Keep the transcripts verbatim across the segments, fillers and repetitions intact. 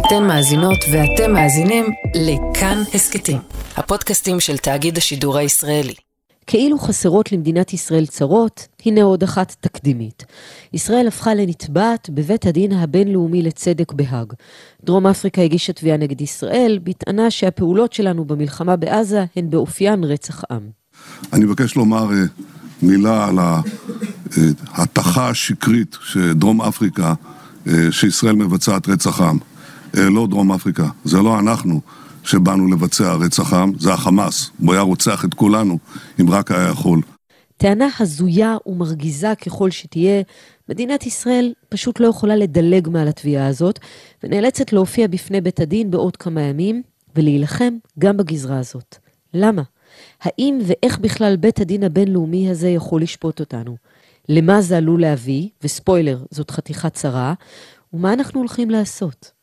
אתן מאזינות ואתם מאזינים לכאן הסקטים, הפודקאסטים של תאגיד השידור הישראלי. כאילו חסרות למדינת ישראל צרות, הנה עוד אחת תקדימית. ישראל הפכה לנתבעת בבית הדין הבינלאומי לצדק בהאג. דרום אפריקה הגישה תביעה נגד ישראל, בטענה שהפעולות שלנו במלחמה בעזה הן באופיין רצח עם. אני מבקש לומר מילה על ההתחה השקרית שדרום אפריקה, שישראל מבצעת רצח עם. לא דרום אפריקה, זה לא אנחנו שבאנו לבצע רצח עם, זה החמאס, הוא היה רוצח את כולנו, אם רק היה יכול. טענה הזויה ומרגיזה ככל שתהיה, מדינת ישראל פשוט לא יכולה לדלג מעל התביעה הזאת, ונאלצת להופיע בפני בית הדין בעוד כמה ימים, ולהילחם גם בגזרה הזאת. למה? האם ואיך בכלל בית הדין הבינלאומי הזה יכול לשפוט אותנו? למה זה עלול להביא, וספוילר, זאת חתיכת צרה, ומה אנחנו הולכים לעשות?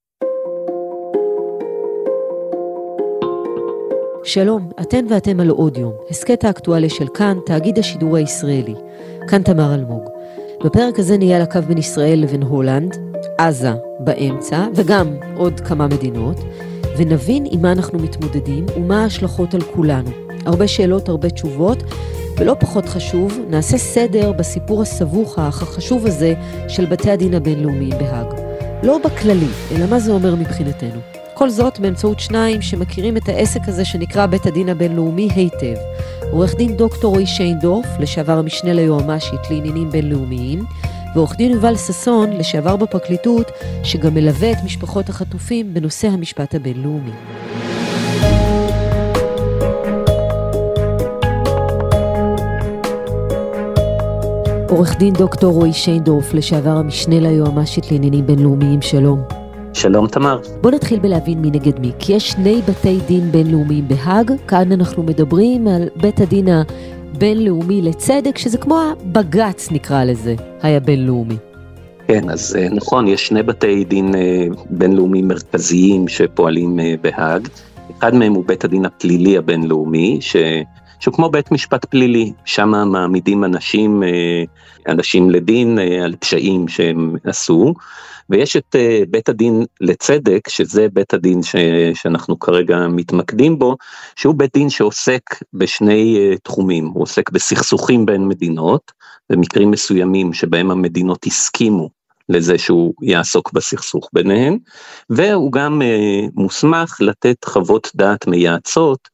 שלום, אתן ואתם על עוד יום, הסקט האקטואליה של כאן, תאגיד השידור הישראלי. כאן תמר אלמוג. בפרק הזה נהיה על הקו בין ישראל לבין הולנד, עזה באמצע, וגם עוד כמה מדינות, ונבין עם מה אנחנו מתמודדים ומה ההשלכות על כולנו. הרבה שאלות, הרבה תשובות, ולא פחות חשוב, נעשה סדר בסיפור הסבוך החשוב הזה של בתי הדין הבינלאומיים בהאג. לא בכללי, אלא מה זה אומר מבחינתנו. כל זאת באמצעות שניים שמכירים את העסק הזה שנקרא בית הדין הבינלאומי היטב. עורך דין דוקטור רועי שיינדורף, לשעבר המשנה ליועמ"שית לעניינים בינלאומיים, ועורך דין יובל ששון, לשעבר בפרקליטות, שגם מלווה את משפחות החטופים בנושא המשפט הבינלאומי. עורך דין דוקטור רועי שיינדורף, לשעבר המשנה ליועמ"שית לעניינים בינלאומיים, שלום. שלום תמר. בוא נתחיל בלהבין מי נגד מי, כי יש שני בתי דין בינלאומיים בהאג, כאן אנחנו מדברים על בית הדין הבינלאומי לצדק, שזה כמו הבג"ץ נקרא לזה, היה בינלאומי. כן, אז נכון, יש שני בתי דין בינלאומיים מרכזיים שפועלים בהאג, אחד מהם הוא בית הדין הפלילי הבינלאומי, ש... שהוא כמו בית משפט פלילי, שם מעמידים אנשים, אנשים לדין על פשעים שהם עשו, ויש את uh, בית הדין לצדק, שזה בית הדין ש, שאנחנו כרגע מתמקדים בו, שהוא בית דין שעוסק בשני uh, תחומים, הוא עוסק בסכסוכים בין מדינות, במקרים מסוימים שבהם המדינות הסכימו לזה שהוא יעסוק בסכסוך ביניהן, והוא גם uh, מוסמך לתת חוות דעת מייעצות,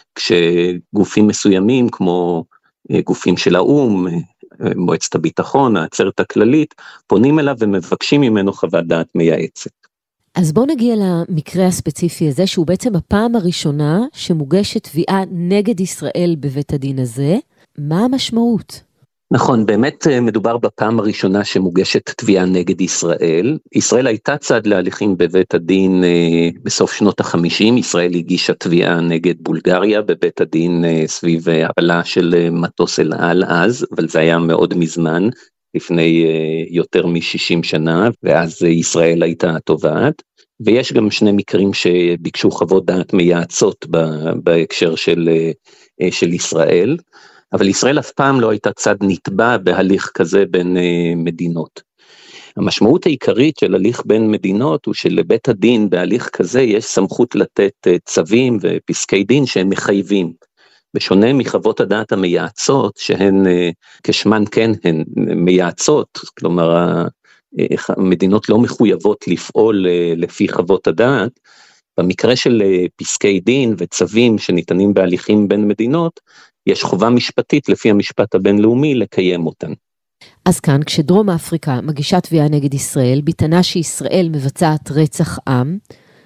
כשגופים מסוימים כמו uh, גופים של האום, מועצת הביטחון, העצרת הכללית, פונים אליו ומבקשים ממנו חוות דעת מייעצת. אז בואו נגיע למקרה הספציפי הזה, שהוא בעצם הפעם הראשונה שמוגשת תביעה נגד ישראל בבית הדין הזה. מה המשמעות? נכון, באמת מדובר בפעם הראשונה שמוגשת תביעה נגד ישראל. ישראל הייתה צד להליכים בבית הדין בסוף שנות החמישים, ישראל הגישה תביעה נגד בולגריה בבית הדין סביב העלה של מטוס אל על אז, אבל זה היה מאוד מזמן, לפני יותר מ-שישים שנה, ואז ישראל הייתה תובעת. ויש גם שני מקרים שביקשו חוות דעת מייעצות בהקשר של, של ישראל, אבל ישראל אף פעם לא הייתה צד נתבע בהליך כזה בין uh, מדינות. המשמעות העיקרית של הליך בין מדינות הוא שלבית הדין בהליך כזה יש סמכות לתת uh, צווים ופסקי דין שהם מחייבים. בשונה מחוות הדעת המייעצות שהן uh, כשמן כן הן מייעצות, כלומר uh, המדינות לא מחויבות לפעול uh, לפי חוות הדעת, במקרה של uh, פסקי דין וצווים שניתנים בהליכים בין מדינות, יש חובה משפטית לפי המשפט הבינלאומי לקיים אותן. אז כאן, כשדרום אפריקה מגישה תביעה נגד ישראל, בטענה שישראל מבצעת רצח עם,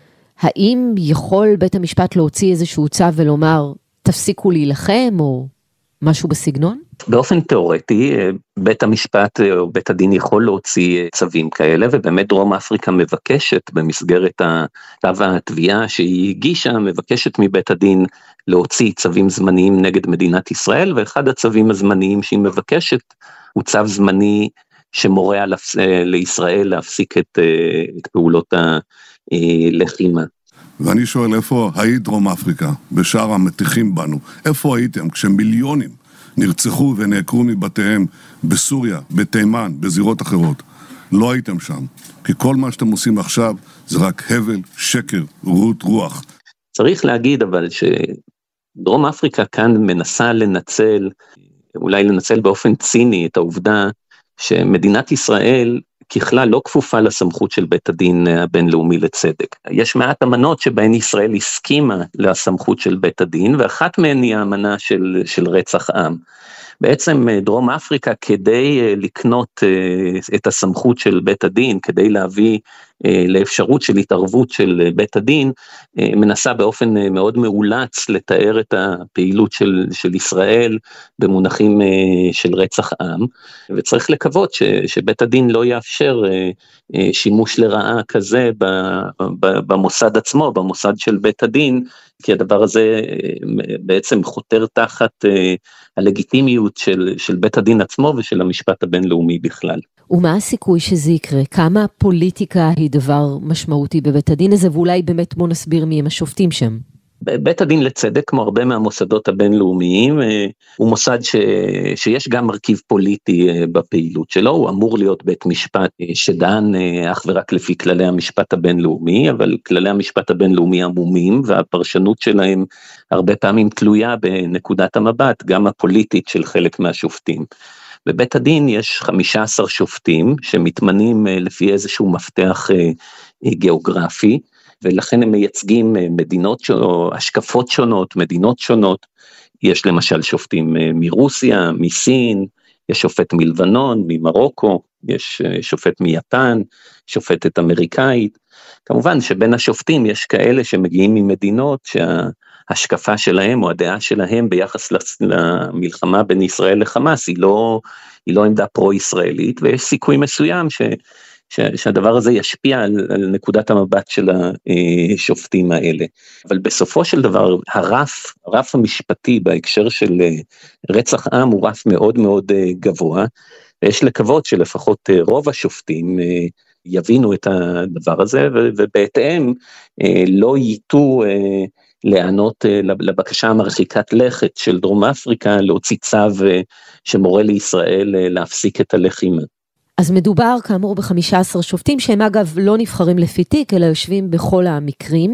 האם יכול בית המשפט להוציא איזשהו צו ולומר, תפסיקו להילחם או משהו בסגנון? באופן תיאורטי, בית המשפט או בית הדין יכול להוציא צווים כאלה, ובאמת דרום אפריקה מבקשת במסגרת צו התביעה שהיא הגישה, מבקשת מבית הדין להוציא צווים זמניים נגד מדינת ישראל, ואחד הצווים הזמניים שהיא מבקשת הוא צו זמני שמורה לישראל להפסיק את, את פעולות הלחימה. ואני שואל, איפה היית דרום אפריקה, בשאר המתיחים בנו? איפה הייתם כשמיליונים נרצחו ונעקרו מבתיהם בסוריה, בתימן, בזירות אחרות? לא הייתם שם, כי כל מה שאתם עושים עכשיו זה רק הבל, שקר, רות רוח. צריך להגיד אבל שדרום אפריקה כאן מנסה לנצל, אולי לנצל באופן ציני את העובדה שמדינת ישראל ככלל לא כפופה לסמכות של בית הדין הבינלאומי לצדק. יש מעט אמנות שבהן ישראל הסכימה לסמכות של בית הדין, ואחת מהן היא האמנה של, של רצח עם. בעצם דרום אפריקה כדי לקנות את הסמכות של בית הדין, כדי להביא לאפשרות של התערבות של בית הדין, מנסה באופן מאוד מאולץ לתאר את הפעילות של, של ישראל במונחים של רצח עם, וצריך לקוות ש, שבית הדין לא יאפשר שימוש לרעה כזה במוסד עצמו, במוסד של בית הדין, כי הדבר הזה בעצם חותר תחת הלגיטימיות של, של בית הדין עצמו ושל המשפט הבינלאומי בכלל. ומה הסיכוי שזה יקרה? כמה פוליטיקה היא דבר משמעותי בבית הדין הזה, ואולי באמת בוא נסביר מי הם השופטים שם? בית הדין לצדק, כמו הרבה מהמוסדות הבינלאומיים, הוא מוסד ש... שיש גם מרכיב פוליטי בפעילות שלו, הוא אמור להיות בית משפט שדן אך ורק לפי כללי המשפט הבינלאומי, אבל כללי המשפט הבינלאומי עמומים, והפרשנות שלהם הרבה פעמים תלויה בנקודת המבט, גם הפוליטית של חלק מהשופטים. בבית הדין יש חמישה עשר שופטים שמתמנים לפי איזשהו מפתח גיאוגרפי, ולכן הם מייצגים מדינות או השקפות שונות, מדינות שונות. יש למשל שופטים מרוסיה, מסין, יש שופט מלבנון, ממרוקו, יש שופט מיפן, שופטת אמריקאית. כמובן שבין השופטים יש כאלה שמגיעים ממדינות שההשקפה שלהם או הדעה שלהם ביחס למלחמה בין ישראל לחמאס היא לא, היא לא עמדה פרו-ישראלית, ויש סיכוי מסוים ש... שהדבר הזה ישפיע על, על נקודת המבט של השופטים האלה. אבל בסופו של דבר, הרף, הרף המשפטי בהקשר של רצח עם הוא רף מאוד מאוד גבוה, ויש לקוות שלפחות רוב השופטים יבינו את הדבר הזה, ובהתאם לא ייתו לענות לבקשה המרחיקת לכת של דרום אפריקה, להוציא צו שמורה לישראל להפסיק את הלחימה. אז מדובר כאמור ב-חמישה עשר שופטים, שהם אגב לא נבחרים לפי תיק, אלא יושבים בכל המקרים.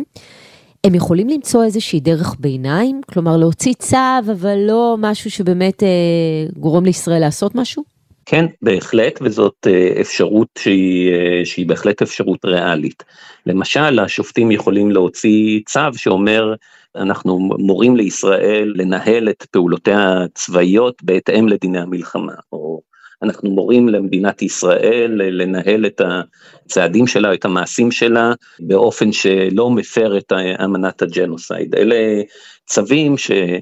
הם יכולים למצוא איזושהי דרך ביניים? כלומר להוציא צו, אבל לא משהו שבאמת אה, גורם לישראל לעשות משהו? כן, בהחלט, וזאת אפשרות שהיא, שהיא בהחלט אפשרות ריאלית. למשל, השופטים יכולים להוציא צו שאומר, אנחנו מורים לישראל לנהל את פעולותיה הצבאיות בהתאם לדיני המלחמה, או אנחנו מורים למדינת ישראל לנהל את הצעדים שלה, את המעשים שלה, באופן שלא מפר את אמנת הג'נוסייד. אלה צווים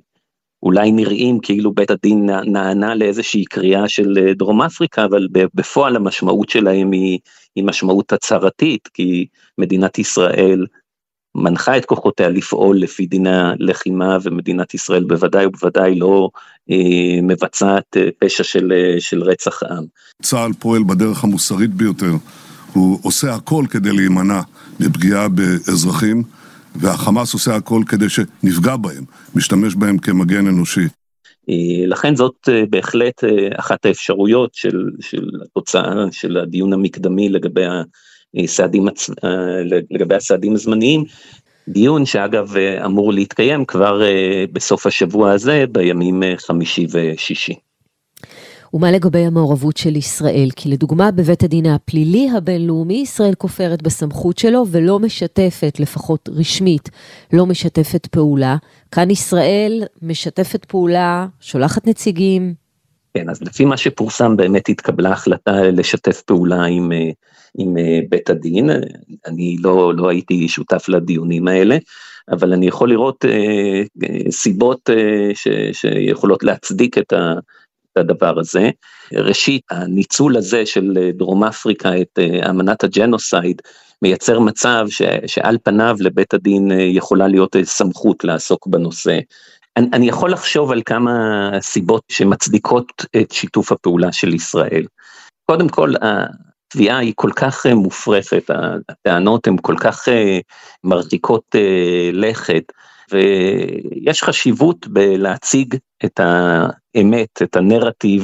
שאולי נראים כאילו בית הדין נענה לאיזושהי קריאה של דרום אפריקה, אבל בפועל המשמעות שלהם היא, היא משמעות הצהרתית, כי מדינת ישראל מנחה את כוחותיה לפעול לפי דיני הלחימה, ומדינת ישראל בוודאי ובוודאי לא אה, מבצעת פשע של, של רצח עם. צה"ל פועל בדרך המוסרית ביותר, הוא עושה הכל כדי להימנע לפגיעה באזרחים, והחמאס עושה הכל כדי שנפגע בהם, משתמש בהם כמגן אנושי. אה, לכן זאת אה, בהחלט אה, אחת האפשרויות של, של התוצאה של הדיון המקדמי לגבי ה... סעדים, לגבי הסעדים הזמניים, דיון שאגב אמור להתקיים כבר בסוף השבוע הזה, בימים חמישי ושישי. ומה לגבי המעורבות של ישראל? כי לדוגמה בבית הדין הפלילי הבינלאומי, ישראל כופרת בסמכות שלו ולא משתפת, לפחות רשמית, לא משתפת פעולה. כאן ישראל משתפת פעולה, שולחת נציגים. כן, אז לפי מה שפורסם באמת התקבלה החלטה לשתף פעולה עם, עם בית הדין, אני לא, לא הייתי שותף לדיונים האלה, אבל אני יכול לראות אה, סיבות אה, ש, שיכולות להצדיק את, ה, את הדבר הזה. ראשית, הניצול הזה של דרום אפריקה את אה, אמנת הג'נוסייד, מייצר מצב ש, שעל פניו לבית הדין יכולה להיות סמכות לעסוק בנושא. אני, אני יכול לחשוב על כמה סיבות שמצדיקות את שיתוף הפעולה של ישראל. קודם כל, התביעה היא כל כך מופרכת, הטענות הן כל כך מרחיקות לכת, ויש חשיבות בלהציג את האמת, את הנרטיב,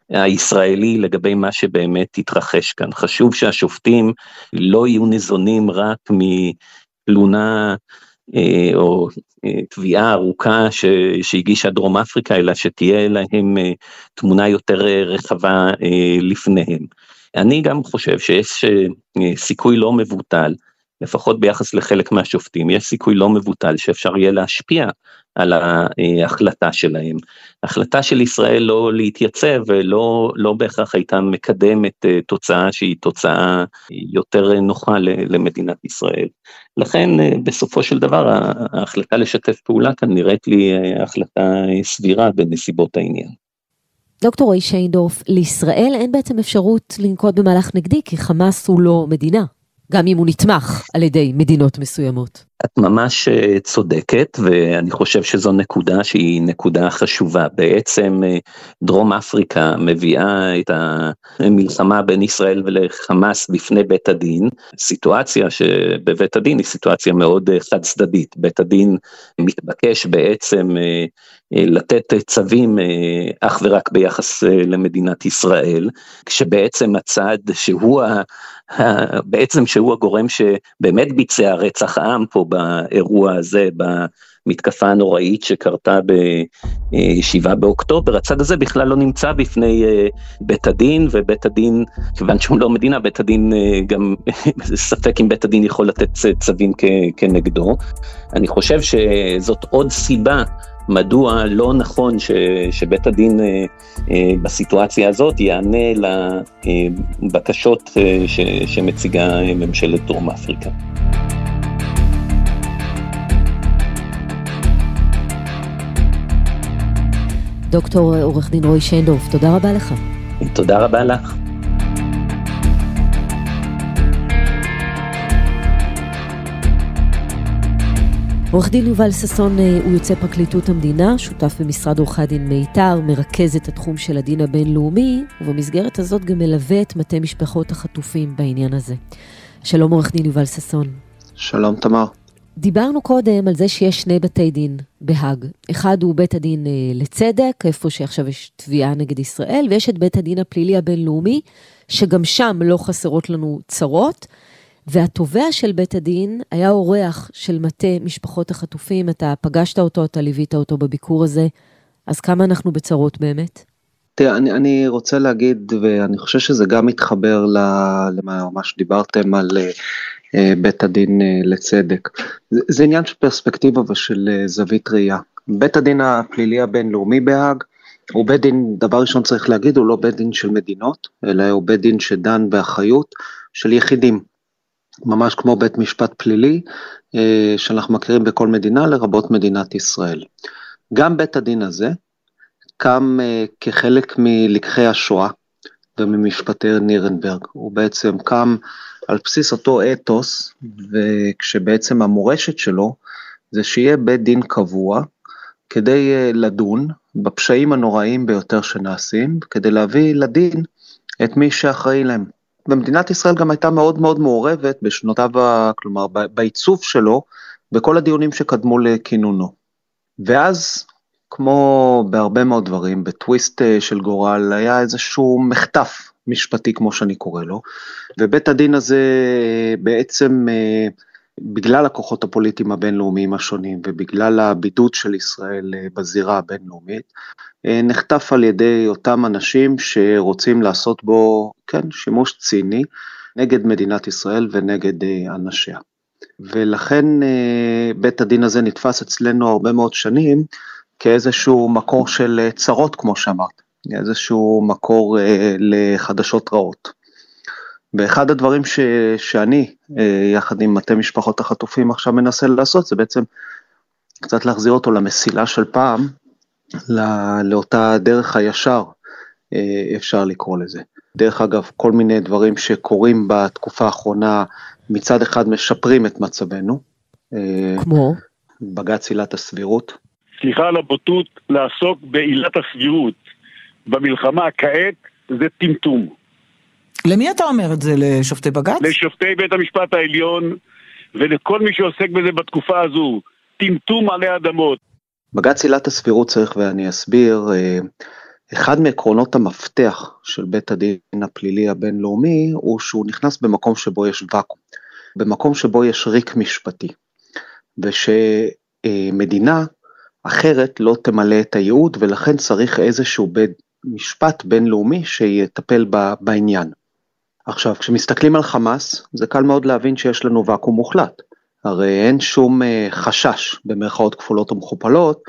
הישראלי לגבי מה שבאמת התרחש כאן. חשוב שהשופטים לא יהיו ניזונים רק מתלונה או תביעה ארוכה שהגישה דרום אפריקה, אלא שתהיה להם תמונה יותר רחבה לפניהם. אני גם חושב שיש סיכוי לא מבוטל, לפחות ביחס לחלק מהשופטים, יש סיכוי לא מבוטל שאפשר יהיה להשפיע על ההחלטה שלהם. ההחלטה של ישראל לא להתייצב ולא לא בהכרח הייתה מקדמת תוצאה שהיא תוצאה יותר נוחה למדינת ישראל. לכן בסופו של דבר ההחלטה לשתף פעולה כאן נראית לי החלטה סבירה בנסיבות העניין. דוקטור רועי שיינדורף, לישראל אין בעצם אפשרות לנקוט במהלך נגדי, כי חמאס הוא לא מדינה, גם אם הוא נתמך על ידי מדינות מסוימות. את ממש צודקת, ואני חושב שזו נקודה שהיא נקודה חשובה. בעצם דרום אפריקה מביאה את המלחמה בין ישראל ולחמאס בפני בית הדין, סיטואציה שבבית הדין היא סיטואציה מאוד חד צדדית. בית הדין מתבקש בעצם לתת צווים אך ורק ביחס למדינת ישראל, כשבעצם הצד שהוא ה... בעצם שהוא הגורם שבאמת ביצע רצח עם פה באירוע הזה, במתקפה הנוראית שקרתה ב-שבעה באוקטובר, הצד הזה בכלל לא נמצא בפני בית הדין, ובית הדין, כיוון שהוא לא מדינה, בית הדין גם, ספק אם בית הדין יכול לתת צווים כנגדו. אני חושב שזאת עוד סיבה, מדוע לא נכון ש, שבית הדין אה, אה, בסיטואציה הזאת יענה לבקשות אה, ש, שמציגה ממשלת דרום אפריקה. דוקטור עורך דין רועי שיינדורף, תודה רבה לך. תודה רבה לך. עורך דין יובל ששון הוא יוצא פרקליטות המדינה, שותף במשרד עורכי הדין מיתר, מרכז את התחום של הדין הבינלאומי, ובמסגרת הזאת גם מלווה את מטה משפחות החטופים בעניין הזה. שלום עורך דין יובל ששון. שלום תמר. דיברנו קודם על זה שיש שני בתי דין בהאג. אחד הוא בית הדין לצדק, איפה שעכשיו יש תביעה נגד ישראל, ויש את בית הדין הפלילי הבינלאומי, שגם שם לא חסרות לנו צרות, והתובע של בית הדין היה אורח של מטה משפחות החטופים, אתה פגשת אותו, אתה ליווית אותו בביקור הזה, אז כמה אנחנו בצרות באמת? תראה, אני, אני רוצה להגיד, ואני חושב שזה גם מתחבר למה שדיברתם על uh, בית הדין uh, לצדק. זה, זה עניין של פרספקטיבה ושל uh, זווית ראייה. בית הדין הפלילי הבינלאומי בהאג, הוא בית דין, דבר ראשון צריך להגיד, הוא לא בית דין של מדינות, אלא הוא בית דין שדן באחריות של יחידים. ממש כמו בית משפט פלילי, שאנחנו מכירים בכל מדינה, לרבות מדינת ישראל. גם בית הדין הזה, קם כחלק מלקחי השואה, וממשפטי נירנברג. הוא בעצם קם על בסיס אותו אתוס, וכשבעצם המורשת שלו, זה שיהיה בית דין קבוע, כדי לדון בפשעים הנוראים ביותר שנעשים, כדי להביא לדין את מי שאחראי להם. ומדינת ישראל גם הייתה מאוד מאוד מעורבת בשנותיו, כלומר בעיצוב שלו, בכל הדיונים שקדמו לכינונו. ואז, כמו בהרבה מאוד דברים, בטוויסט של גורל, היה איזשהו מחטף משפטי, כמו שאני קורא לו, ובית הדין הזה בעצם, בגלל הכוחות הפוליטיים הבינלאומיים השונים, ובגלל הבידוד של ישראל בזירה הבינלאומית, נחטף על ידי אותם אנשים שרוצים לעשות בו, כן, שימוש ציני, נגד מדינת ישראל ונגד אנשיה. ולכן בית הדין הזה נתפס אצלנו הרבה מאוד שנים, כאיזשהו מקור של צרות, כמו שאמרת, איזשהו מקור לחדשות רעות. ואחד הדברים ש, שאני, יחד עם מטה משפחות החטופים עכשיו מנסה לעשות, זה בעצם קצת להחזיר אותו למסילה של פעם, לא, לאותה דרך הישר, אפשר לקרוא לזה. דרך אגב, כל מיני דברים שקורים בתקופה האחרונה, מצד אחד משפרים את מצבנו. כמו? בג"ץ עילת הסבירות. סליחה על הבוטות, לעסוק בעילת הסבירות במלחמה כעת, זה טמטום. למי אתה אומר את זה? לשופטי בג"ץ? לשופטי בית המשפט העליון, ולכל מי שעוסק בזה בתקופה הזו, טמטום עלי אדמות. בג"ץ עילת הסבירות צריך, ואני אסביר, אחד מעקרונות המפתח של בית הדין הפלילי הבינלאומי, הוא שהוא נכנס במקום שבו יש ואקום, במקום שבו יש ריק משפטי, ושמדינה אחרת לא תמלא את הייעוד, ולכן צריך איזשהו בית משפט בינלאומי שיטפל בעניין. עכשיו, כשמסתכלים על חמאס, זה קל מאוד להבין שיש לנו ואקום מוחלט, הרי אין שום חשש במרכאות כפולות ומכופלות,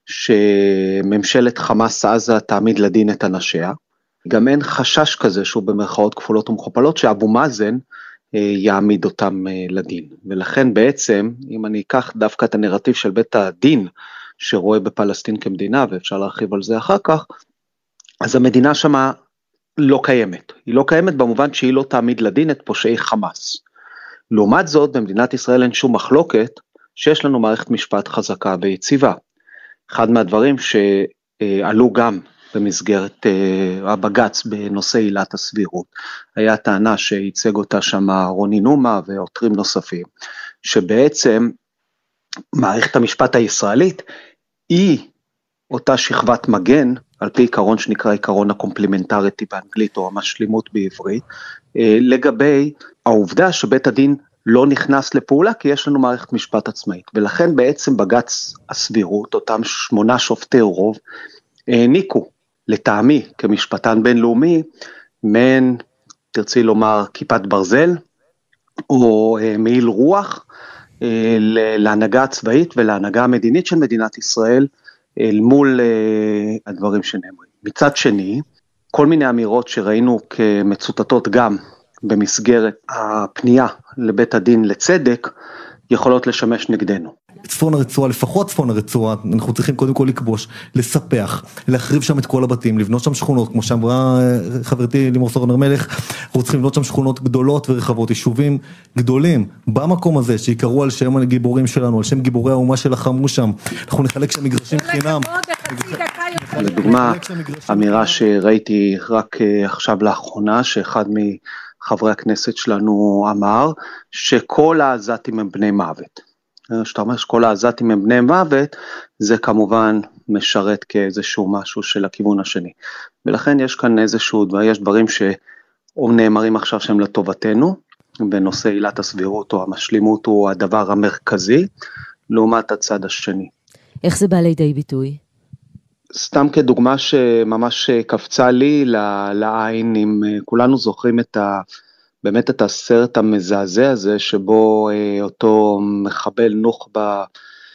שממשלת חמאס עזה תעמיד לדין את אנשיה, גם אין חשש כזה שהוא במרכאות כפולות ומכופלות, שאבו מאזן יעמיד אותם לדין, ולכן בעצם, אם אני אקח דווקא את הנרטיב של בית הדין, שרואה בפלסטין כמדינה, ואפשר להרחיב על זה אחר כך, אז המדינה שמה לא קיימת, היא לא קיימת במובן שהיא לא תעמיד לדין את פושעי חמאס, לעומת זאת במדינת ישראל אין שום מחלוקת, שיש לנו מערכת משפט חזקה ויציבה, אחד מהדברים שעלו גם במסגרת הבג"ץ בנושא עילת הסבירות, היה טענה שייצג אותה שם רוני נומה ועותרים נוספים, שבעצם מערכת המשפט הישראלית היא אותה שכבת מגן, על פי עיקרון שנקרא עיקרון הקומפלימנטריטי באנגלית או המשלימות בעברית, לגבי העובדה שבית הדין לא נכנס לפעולה, כי יש לנו מערכת משפט עצמאית, ולכן בעצם בג"ץ הסבירות, אותם שמונה שופטי רוב, העניקו לטעמי כמשפטן בינלאומי, מן, תרצי לומר, כיפת ברזל, או מעיל רוח, להנהגה הצבאית ולהנהגה המדינית של מדינת ישראל, אל מול הדברים שנאמרים. מצד שני, כל מיני אמירות שראינו כמצוטטות גם, במסגרת הפנייה לבית הדין לצדק, יכולות לשמש נגדנו. צפון הרצועה, לפחות צפון הרצועה, אנחנו צריכים קודם כל לכבוש, לספח, להחריב שם את כל הבתים, לבנות שם שכונות, כמו שאמרה חברתי לימור סון הר מלך, אנחנו צריכים לבנות שם שכונות גדולות ורחבות, יישובים גדולים, במקום הזה, שיקראו על שם הגיבורים שלנו, על שם גיבורי האומה שלחמו שם, אנחנו נחלק שם מגרשים חינם. לדוגמה, אמירה שראיתי רק עכשיו לאחרונה, שאחד מחברי הכנסת שלנו אמר, שכל העזתים הם בני מוות. שאתה אומר שכל העזתים הם בני מוות, זה כמובן משרת כאיזשהו משהו של הכיוון השני. ולכן יש כאן איזשהו, יש דברים שנאמרים עכשיו שהם לטובתנו, בנושא עילת הסבירות או המשלימות הוא הדבר המרכזי, לעומת הצד השני. איך זה בא לידי ביטוי? סתם כדוגמה שממש קפצה לי לעין, אם כולנו זוכרים את ה... באמת את הסרט המזעזע הזה, שבו אה, אותו מחבל נוח'בה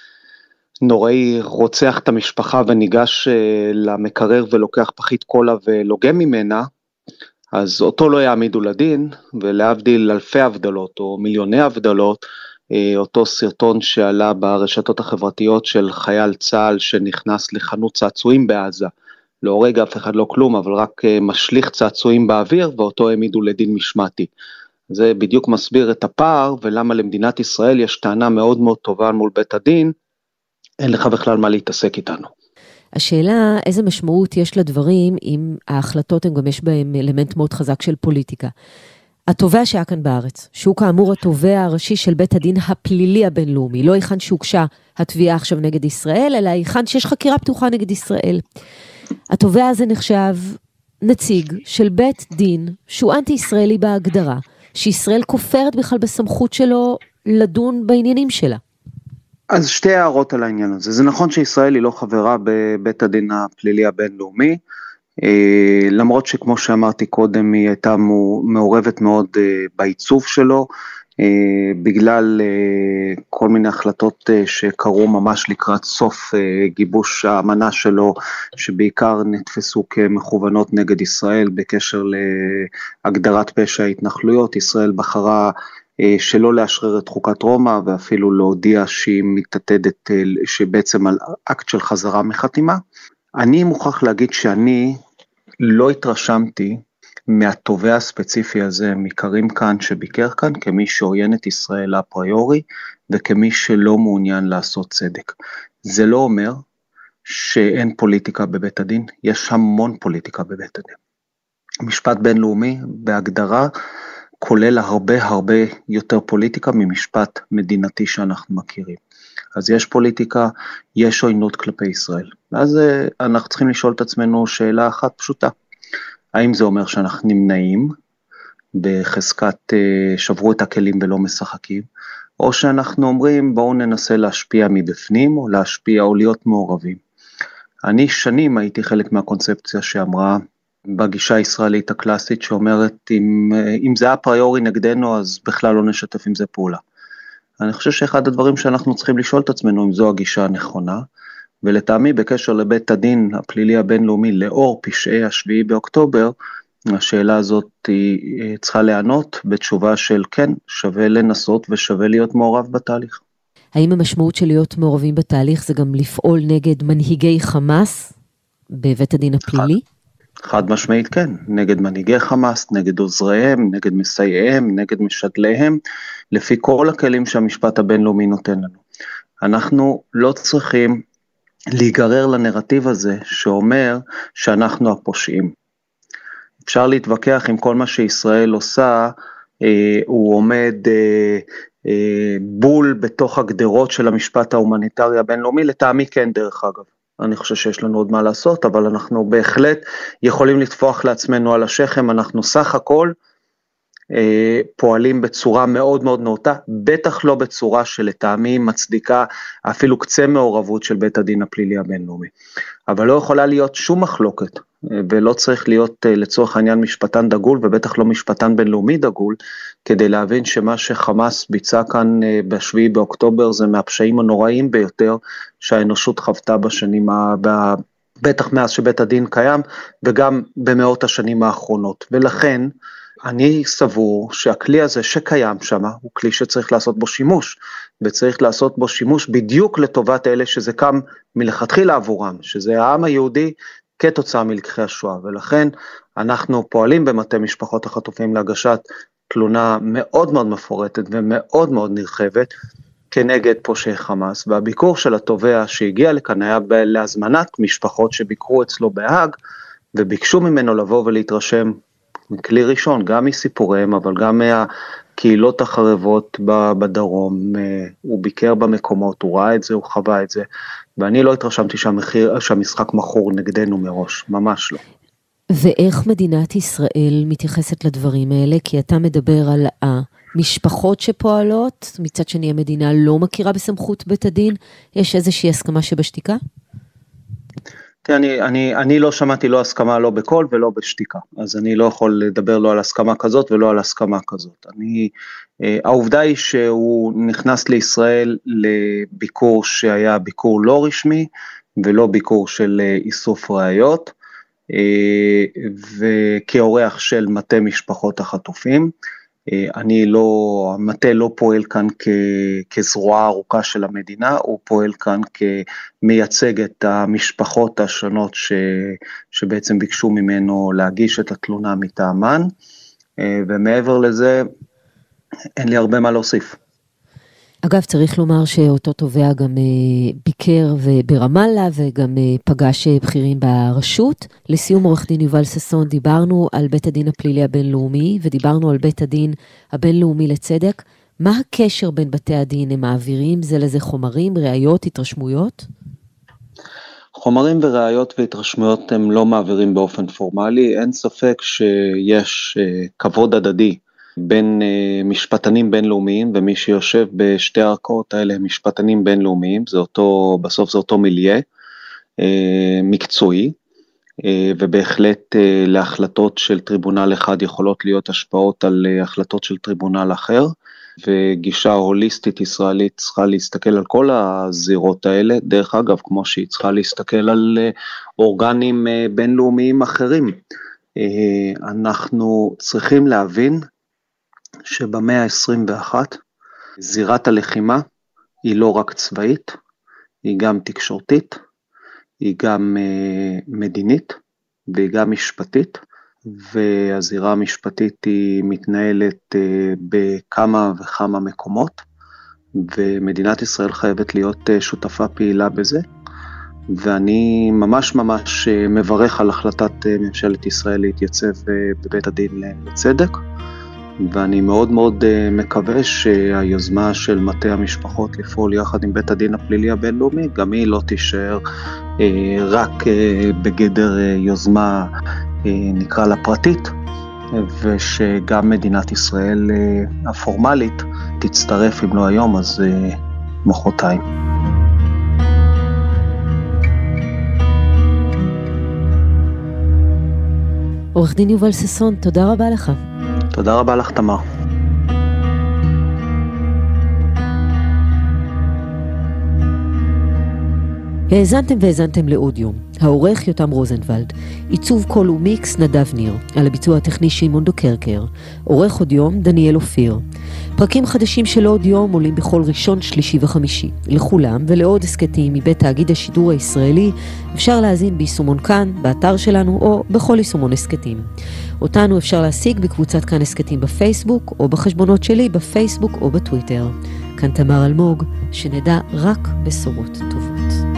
נוראי רוצח את המשפחה וניגש אה, למקרר ולוקח פחית קולה ולוגם ממנה, אז אותו לא יעמידו לדין, ולהבדיל אלפי הבדלות או מיליוני הבדלות, אה, אותו סרטון שעלה ברשתות החברתיות של חייל צה"ל שנכנס לחנות צעצועים בעזה, לא הורג אף אחד לא כלום, אבל רק משליך צעצועים באוויר, ואותו העמידו לדין משמעתי. זה בדיוק מסביר את הפער, ולמה למדינת ישראל יש טענה מאוד מאוד טובה מול בית הדין, אין לך בכלל מה להתעסק איתנו. השאלה, איזה משמעות יש לדברים, אם ההחלטות הן גם יש בהם אלמנט מאוד חזק של פוליטיקה. התובע שהיה כאן בארץ, שהוא כאמור התובע הראשי של בית הדין הפלילי הבינלאומי, לא היכן שהוגשה התביעה עכשיו נגד ישראל, אלא היכן שיש חקירה פתוחה נגד ישראל. התובע הזה נחשב נציג של בית דין שהוא אנטי-ישראלי בהגדרה, שישראל כופרת בכלל בסמכות שלו לדון בעניינים שלה. אז שתי הערות על העניין הזה. זה נכון שישראל היא לא חברה בבית הדין הפלילי הבינלאומי, למרות שכמו שאמרתי קודם היא הייתה מעורבת מאוד בעיצוב שלו, בגלל כל מיני החלטות שקרו ממש לקראת סוף גיבוש האמנה שלו, שבעיקר נתפסו כמכוונות נגד ישראל בקשר להגדרת פשע ההתנחלויות. ישראל בחרה שלא לאשרר את חוקת רומא, ואפילו להודיע שהיא מתעתדת, שבעצם על אקט של חזרה מחתימה. אני מוכרח להגיד שאני לא התרשמתי מהתובע הספציפי הזה, מקרים כאן שביקר כאן, כמי שעוין את ישראל אפריורי, וכמי שלא מעוניין לעשות צדק. זה לא אומר שאין פוליטיקה בבית הדין, יש המון פוליטיקה בבית הדין. משפט בינלאומי, בהגדרה, כולל הרבה הרבה יותר פוליטיקה ממשפט מדינתי שאנחנו מכירים. אז יש פוליטיקה, יש עוינות כלפי ישראל. ואז אנחנו צריכים לשאול את עצמנו שאלה אחת פשוטה. האם זה אומר שאנחנו נמנעים בחזקת שברו את הכלים ולא משחקים, או שאנחנו אומרים בואו ננסה להשפיע מבפנים או להשפיע או להיות מעורבים. אני שנים הייתי חלק מהקונספציה שאמרה בגישה הישראלית הקלאסית שאומרת אם, אם זה הפריורי נגדנו אז בכלל לא נשתף עם זה פעולה. אני חושב שאחד הדברים שאנחנו צריכים לשאול את עצמנו אם זו הגישה הנכונה, ולטעמי בקשר לבית הדין הפלילי הבינלאומי לאור פשעי השביעי באוקטובר, השאלה הזאת היא צריכה לענות בתשובה של כן, שווה לנסות ושווה להיות מעורב בתהליך. האם המשמעות של להיות מעורבים בתהליך זה גם לפעול נגד מנהיגי חמאס בבית הדין הפלילי? חד, חד משמעית כן, נגד מנהיגי חמאס, נגד עוזריהם, נגד מסייעיהם, נגד משדליהם, לפי כל הכלים שהמשפט הבינלאומי נותן לנו. אנחנו לא צריכים להיגרר לנרטיב הזה שאומר שאנחנו הפושעים. אפשר להתווכח עם כל מה שישראל עושה, אה, הוא עומד אה, אה, בול בתוך הגדרות של המשפט ההומניטרי הבינלאומי, לטעמי כן דרך אגב. אני חושב שיש לנו עוד מה לעשות, אבל אנחנו בהחלט יכולים לתפוח לעצמנו על השכם, אנחנו סך הכל אה, פועלים בצורה מאוד מאוד נאותה, בטח לא בצורה שלטעמי מצדיקה אפילו קצה מעורבות של בית הדין הפלילי הבינלאומי. אבל לא יכולה להיות שום מחלוקת, ולא צריך להיות לצורך העניין משפטן דגול, ובטח לא משפטן בינלאומי דגול, כדי להבין שמה שחמאס ביצע כאן בשביעי באוקטובר, זה מהפשעים הנוראים ביותר, שהאנושות חוותה בשנים, בטח מאז שבית הדין קיים, וגם במאות השנים האחרונות, ולכן, אני סבור שהכלי הזה שקיים שם, הוא כלי שצריך לעשות בו שימוש, וצריך לעשות בו שימוש בדיוק לטובת אלה שזה קם מלכתחילה עבורם, שזה העם היהודי כתוצאה מלקחי השואה, ולכן אנחנו פועלים במטה משפחות החטופים להגשת תלונה מאוד מאוד מפורטת ומאוד מאוד נרחבת, כנגד פושעי חמאס, והביקור של התובע שהגיע לכאן היה להזמנת משפחות שביקרו אצלו בהאג, וביקשו ממנו לבוא ולהתרשם כלי ראשון, גם מסיפוריהם, אבל גם מהקהילות החרבות בדרום, הוא ביקר במקומות, הוא ראה את זה, הוא חווה את זה, ואני לא התרשמתי שהמחיר, שהמשחק מכור נגדנו מראש, ממש לא. ואיך מדינת ישראל מתייחסת לדברים האלה? כי אתה מדבר על המשפחות שפועלות, מצד שני המדינה לא מכירה בסמכות בית הדין, יש איזושהי הסכמה שבשתיקה? אני, אני, אני לא שמעתי לא הסכמה לא בקול ולא בשתיקה, אז אני לא יכול לדבר לא על הסכמה כזאת ולא על הסכמה כזאת. אני, העובדה היא שהוא נכנס לישראל לביקור שהיה ביקור לא רשמי, ולא ביקור של איסוף ראיות, וכאורח של מטה משפחות החטופים. אני לא, המטה לא פועל כאן כ, כזרוע ארוכה של המדינה, הוא פועל כאן כמייצג את המשפחות השונות ש, שבעצם ביקשו ממנו להגיש את התלונה מטעמן, ומעבר לזה אין לי הרבה מה להוסיף. אגב, צריך לומר שאותו תובע גם ביקר ברמאללה וגם פגש בכירים ברשות. לסיום, עורך דין יובל ששון, דיברנו על בית הדין הפלילי הבינלאומי ודיברנו על בית הדין הבינלאומי לצדק. מה הקשר בין בתי הדין? הם מעבירים זה לזה חומרים, ראיות, התרשמויות? חומרים וראיות והתרשמויות הם לא מעבירים באופן פורמלי. אין ספק שיש כבוד הדדי בין משפטנים בינלאומיים, ומי שיושב בשתי הערכאות האלה הם משפטנים בינלאומיים, זה אותו, בסוף זה אותו מיליה, מקצועי, ובהחלט להחלטות של טריבונל אחד יכולות להיות השפעות על החלטות של טריבונל אחר, וגישה הוליסטית ישראלית צריכה להסתכל על כל הזירות האלה, דרך אגב, כמו שהיא צריכה להסתכל על אורגנים בינלאומיים אחרים. אנחנו צריכים להבין שבמאה ה-עשרים ואחת זירת הלחימה היא לא רק צבאית, היא גם תקשורתית, היא גם uh, מדינית והיא גם משפטית, והזירה המשפטית היא מתנהלת uh, בכמה וכמה מקומות, ומדינת ישראל חייבת להיות uh, שותפה פעילה בזה, ואני ממש ממש uh, מברך על החלטת uh, ממשלת ישראל להתייצב uh, בבית הדין לצדק, ואני מאוד מאוד מקווה שהיוזמה של מטה המשפחות לפעול יחד עם בית הדין הפלילי הבינלאומי, גם היא לא תישאר רק בגדר יוזמה, נקרא לה פרטית, ושגם מדינת ישראל הפורמלית תצטרף, אם לא היום אז מחרתיים. עורך דין יובל ששון, תודה רבה לך. תודה רבה לך, תמר. האזנתם והאזנתם לעוד יום. העורך יותם רוזנבלד, עיצוב קול ומיקס נדב ניר, על הביצוע הטכני שמעון דוקרקר, עורך עוד יום דניאל אופיר. פרקים חדשים של עוד יום עולים בכל ראשון, שלישי וחמישי. לכולם ולעוד הסקטים מבית תאגיד השידור הישראלי אפשר להזין ביישומון כאן, באתר שלנו או בכל יישומון הסקטים. אותנו אפשר להשיג בקבוצת כאן הסקטים בפייסבוק או בחשבונות שלי בפייסבוק או בטוויטר. כאן תמר אלמוג, שנדע רק בשורות טובות.